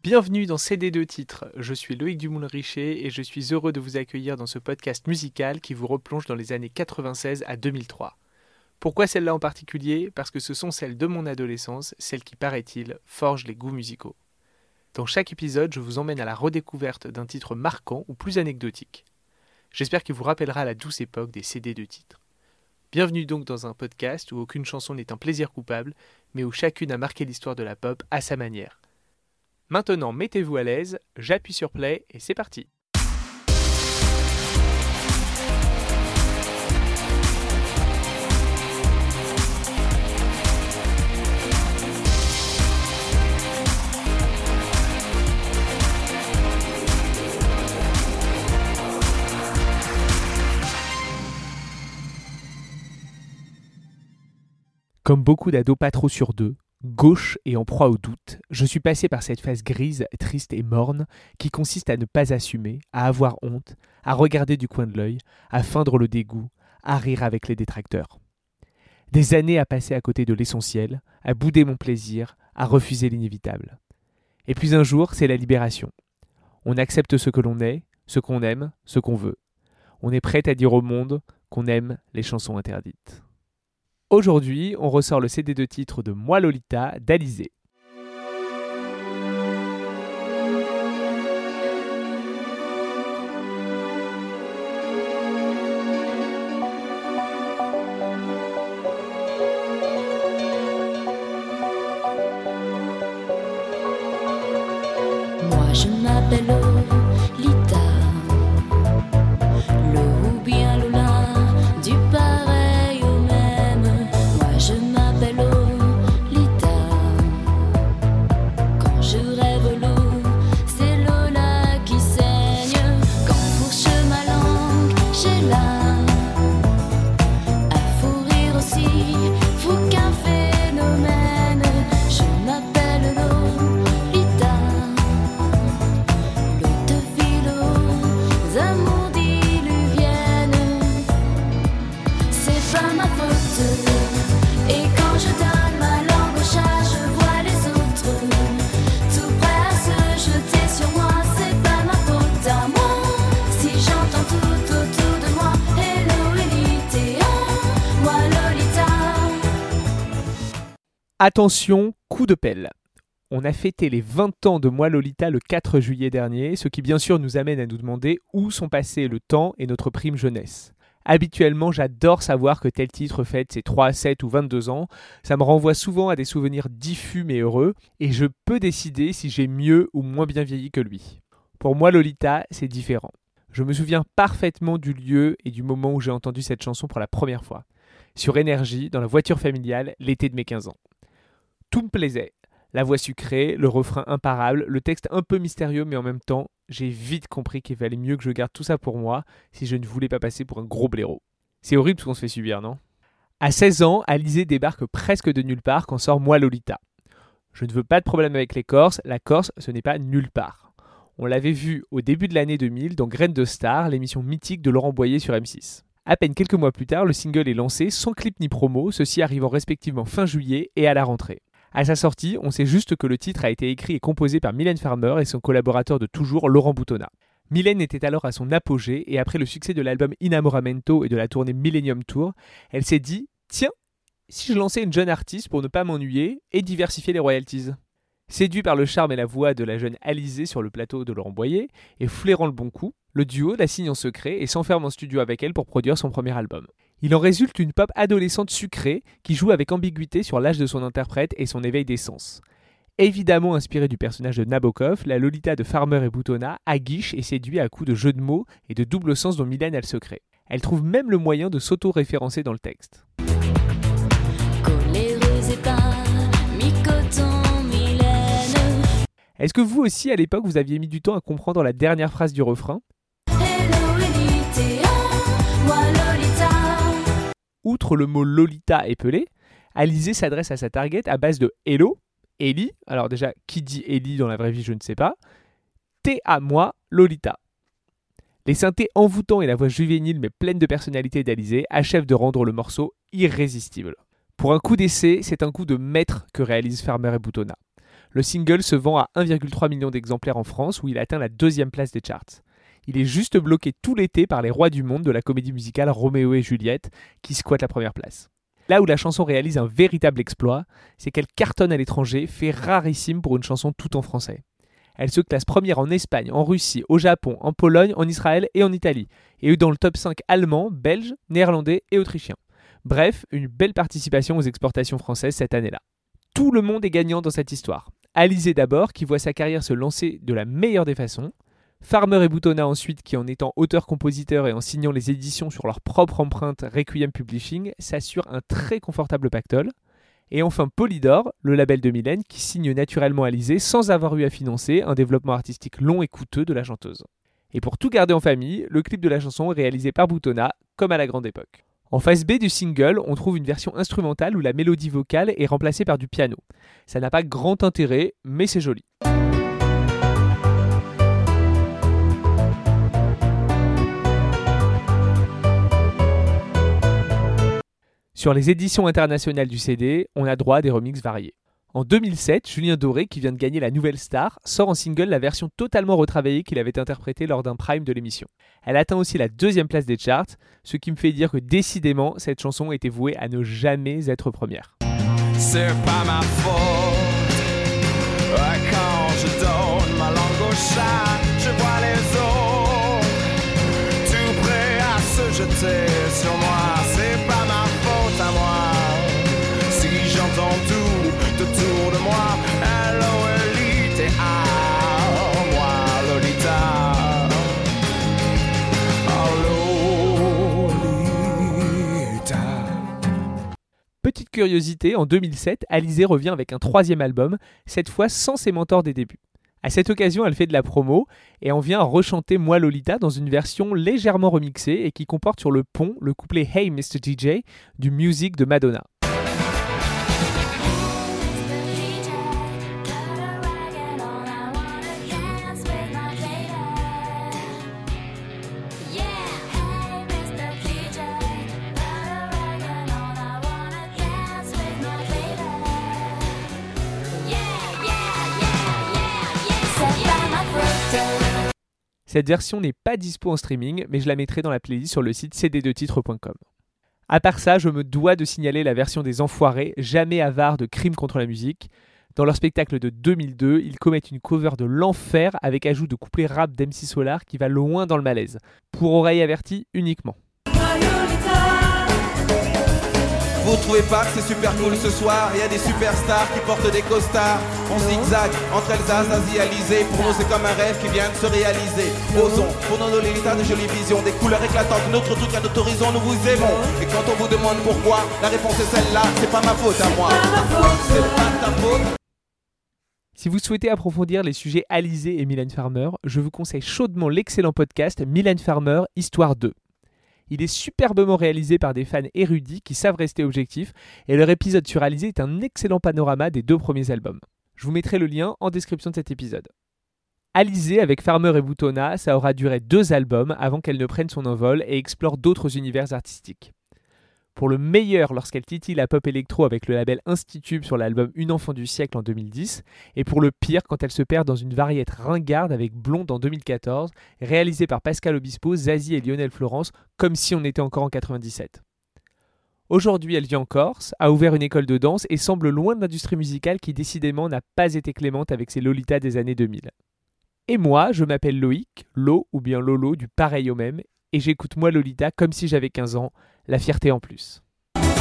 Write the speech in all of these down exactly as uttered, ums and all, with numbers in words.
Bienvenue dans C D deux titres, je suis Loïc Dumoulin-Richer et je suis heureux de vous accueillir dans ce podcast musical qui vous replonge dans les années quatre-vingt-seize à deux mille trois. Pourquoi celle-là en particulier ? Parce que ce sont celles de mon adolescence, celles qui, paraît-il, forgent les goûts musicaux. Dans chaque épisode, je vous emmène à la redécouverte d'un titre marquant ou plus anecdotique. J'espère qu'il vous rappellera la douce époque des C D deux titres. Bienvenue donc dans un podcast où aucune chanson n'est un plaisir coupable, mais où chacune a marqué l'histoire de la pop à sa manière. Maintenant, mettez-vous à l'aise, j'appuie sur play et c'est parti. Comme beaucoup d'ados pas trop sur deux, gauche et en proie au doute, je suis passé par cette phase grise, triste et morne qui consiste à ne pas assumer, à avoir honte, à regarder du coin de l'œil, à feindre le dégoût, à rire avec les détracteurs. Des années à passer à côté de l'essentiel, à bouder mon plaisir, à refuser l'inévitable. Et puis un jour, c'est la libération. On accepte ce que l'on est, ce qu'on aime, ce qu'on veut. On est prêt à dire au monde qu'on aime les chansons interdites. Aujourd'hui, on ressort le C D de titre de Moi Lolita d'Alizée. Moi je m'appelle Lolita, Lo ou bien Lola, du pareil au même. Moi je m'appelle Lolita, quand je rêve l'eau, c'est Lola qui saigne. Quand fourche ma langue, j'ai là à fou rire aussi, fou qu'un phénomène. Je m'appelle Lolita, l'eau de philo, amours diluviennes. C'est pas ma faute. Et quand je donne ma langue au chat, je vois les autres tout prêts à se jeter sur moi. C'est pas ma faute à moi si j'entends tout autour de moi Hello Lolita, moi Lolita. Attention, coup de pelle. On a fêté les vingt ans de Moi Lolita le quatre juillet dernier, ce qui bien sûr nous amène à nous demander où sont passés le temps et notre prime jeunesse. Habituellement, j'adore savoir que tel titre fête ses trois, sept ou vingt-deux ans. Ça me renvoie souvent à des souvenirs diffus mais heureux, et je peux décider si j'ai mieux ou moins bien vieilli que lui. Pour moi, Lolita, c'est différent. Je me souviens parfaitement du lieu et du moment où j'ai entendu cette chanson pour la première fois. Sur Énergie, dans la voiture familiale, l'été de mes quinze ans. Tout me plaisait. La voix sucrée, le refrain imparable, le texte un peu mystérieux, mais en même temps, j'ai vite compris qu'il valait mieux que je garde tout ça pour moi si je ne voulais pas passer pour un gros blaireau. C'est horrible ce qu'on se fait subir, non ? À seize ans, Alizée débarque presque de nulle part quand sort Moi Lolita. Je ne veux pas de problème avec les Corses, la Corse, ce n'est pas nulle part. On l'avait vu au début de l'année deux mille dans Graines de Star, l'émission mythique de Laurent Boyer sur M six. À peine quelques mois plus tard, le single est lancé sans clip ni promo, ceci arrivant respectivement fin juillet et à la rentrée. À sa sortie, on sait juste que le titre a été écrit et composé par Mylène Farmer et son collaborateur de toujours, Laurent Boutonnat. Mylène était alors à son apogée et après le succès de l'album Inamoramento et de la tournée Millennium Tour, elle s'est dit « Tiens, si je lançais une jeune artiste pour ne pas m'ennuyer et diversifier les royalties ?» Séduit par le charme et la voix de la jeune Alizée sur le plateau de Laurent Boyer et flairant le bon coup, le duo la signe en secret et s'enferme en studio avec elle pour produire son premier album. Il en résulte une pop adolescente sucrée qui joue avec ambiguïté sur l'âge de son interprète et son éveil des sens. Évidemment inspirée du personnage de Nabokov, la Lolita de Farmer et Boutonnat aguiche et séduit à coups de jeux de mots et de double sens dont Mylène a le secret. Elle trouve même le moyen de s'auto-référencer dans le texte. Coléreuse et pas mi-coton, Mylène. Est-ce que vous aussi à l'époque vous aviez mis du temps à comprendre la dernière phrase du refrain ? Hello Lolita, moi Lolita. Outre le mot Lolita épelé, Alizée s'adresse à sa target à base de Hello, Ellie, alors déjà, qui dit Ellie dans la vraie vie, je ne sais pas, T à moi, Lolita. Les synthés envoûtants et la voix juvénile mais pleine de personnalité d'Alizée achèvent de rendre le morceau irrésistible. Pour un coup d'essai, c'est un coup de maître que réalisent Farmer et Boutonnat. Le single se vend à un virgule trois million d'exemplaires en France où il atteint la deuxième place des charts. Il est juste bloqué tout l'été par les rois du monde de la comédie musicale Roméo et Juliette qui squattent la première place. Là où la chanson réalise un véritable exploit, c'est qu'elle cartonne à l'étranger, fait rarissime pour une chanson tout en français. Elle se classe première en Espagne, en Russie, au Japon, en Pologne, en Israël et en Italie, et dans le top cinq allemand, belge, néerlandais et autrichien. Bref, une belle participation aux exportations françaises cette année-là. Tout le monde est gagnant dans cette histoire. Alizé d'abord, qui voit sa carrière se lancer de la meilleure des façons. Farmer et Boutonna ensuite, qui en étant auteur-compositeur et en signant les éditions sur leur propre empreinte Requiem Publishing, s'assure un très confortable pactole. Et enfin Polydor, le label de Mylène, qui signe naturellement Alizé sans avoir eu à financer un développement artistique long et coûteux de la chanteuse. Et pour tout garder en famille, le clip de la chanson est réalisé par Boutonna, comme à la grande époque. En face B du single, on trouve une version instrumentale où la mélodie vocale est remplacée par du piano. Ça n'a pas grand intérêt, mais c'est joli. Sur les éditions internationales du C D, on a droit à des remixes variés. En deux mille sept, Julien Doré, qui vient de gagner la Nouvelle Star, sort en single la version totalement retravaillée qu'il avait interprétée lors d'un prime de l'émission. Elle atteint aussi la deuxième place des charts, ce qui me fait dire que décidément, cette chanson était vouée à ne jamais être première. C'est pas ma faute. Quand je donne ma langue au chat, je vois les autres tout prêts à se jeter sur moi. C'est pas ma faute à moi. Si j'entends tout autour de moi, hello Elite et ah, moi Lolita. Oh Lolita. Petite curiosité, en deux mille sept, Alizé revient avec un troisième album, cette fois sans ses mentors des débuts. À cette occasion, elle fait de la promo et en vient à rechanter Moi Lolita dans une version légèrement remixée et qui comporte sur le pont le couplet Hey mister D J du Music de Madonna. Cette version n'est pas dispo en streaming, mais je la mettrai dans la playlist sur le site c d deux titres point com. À part ça, je me dois de signaler la version des Enfoirés, jamais avare de Crime contre la musique. Dans leur spectacle de deux mille deux, ils commettent une cover de l'enfer avec ajout de couplets rap d'M C Solar qui va loin dans le malaise. Pour oreilles averties uniquement. Vous trouvez pas que c'est super cool ce soir? Il y a des superstars qui portent des costards. On zigzag entre Elsa, Zazie et Alizé. Pour nous c'est comme un rêve qui vient de se réaliser. Osons, pour nos Lolita de jolies visions, des couleurs éclatantes, notre truc à notre horizon, nous vous aimons. Et quand on vous demande pourquoi, la réponse est celle-là, c'est pas ma faute à moi. C'est pas ta faute. Si vous souhaitez approfondir les sujets Alizé et Mylène Farmer, je vous conseille chaudement l'excellent podcast Mylène Farmer, Histoire deux. Il est superbement réalisé par des fans érudits qui savent rester objectifs et leur épisode sur Alizé est un excellent panorama des deux premiers albums. Je vous mettrai le lien en description de cet épisode. Alizé avec Farmer et Boutonna, ça aura duré deux albums avant qu'elle ne prenne son envol et explore d'autres univers artistiques. Pour le meilleur lorsqu'elle titille la pop électro avec le label Institube sur l'album Une enfant du siècle en deux mille dix, et pour le pire quand elle se perd dans une variette ringarde avec Blonde en deux mille quatorze, réalisée par Pascal Obispo, Zazie et Lionel Florence, comme si on était encore en quatre-vingt-dix-sept. Aujourd'hui, elle vit en Corse, a ouvert une école de danse et semble loin de l'industrie musicale qui décidément n'a pas été clémente avec ses Lolitas des années deux mille. Et moi, je m'appelle Loïc, Lo ou bien Lolo du pareil au même, et j'écoute Moi Lolita comme si j'avais quinze ans, la fierté en plus. Et quand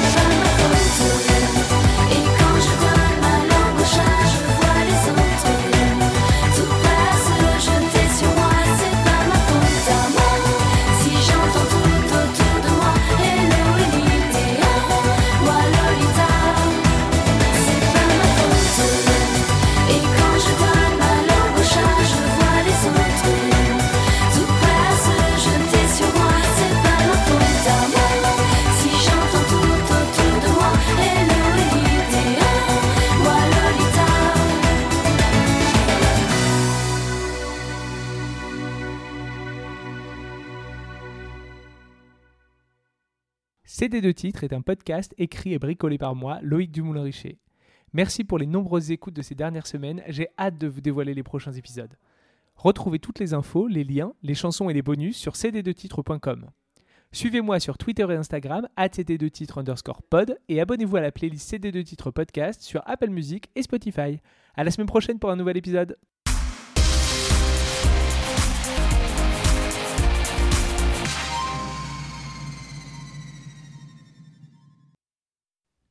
je donne ma langue au chat, je vois les autres tout passe, jeter sur moi, c'est pas ma faute à moi. Si j'entends tout autour de moi, hello Elite, moi Lolita, c'est pas ma faute. Et quand je donne ma langue au chat, je vois les autres tout passe, jeter sur moi, c'est pas ma faute à moi. Si j'entends tout autour de moi, hello Elite, moi Lolita. C D deux titres est un podcast écrit et bricolé par moi, Loïc Dumoulin-Richer. Merci pour les nombreuses écoutes de ces dernières semaines, j'ai hâte de vous dévoiler les prochains épisodes. Retrouvez toutes les infos, les liens, les chansons et les bonus sur c d deux titres point com. Suivez-moi sur Twitter et Instagram, arobase c d deux titres underscore pod, et abonnez-vous à la playlist C D deux titres podcast sur Apple Music et Spotify. À la semaine prochaine pour un nouvel épisode.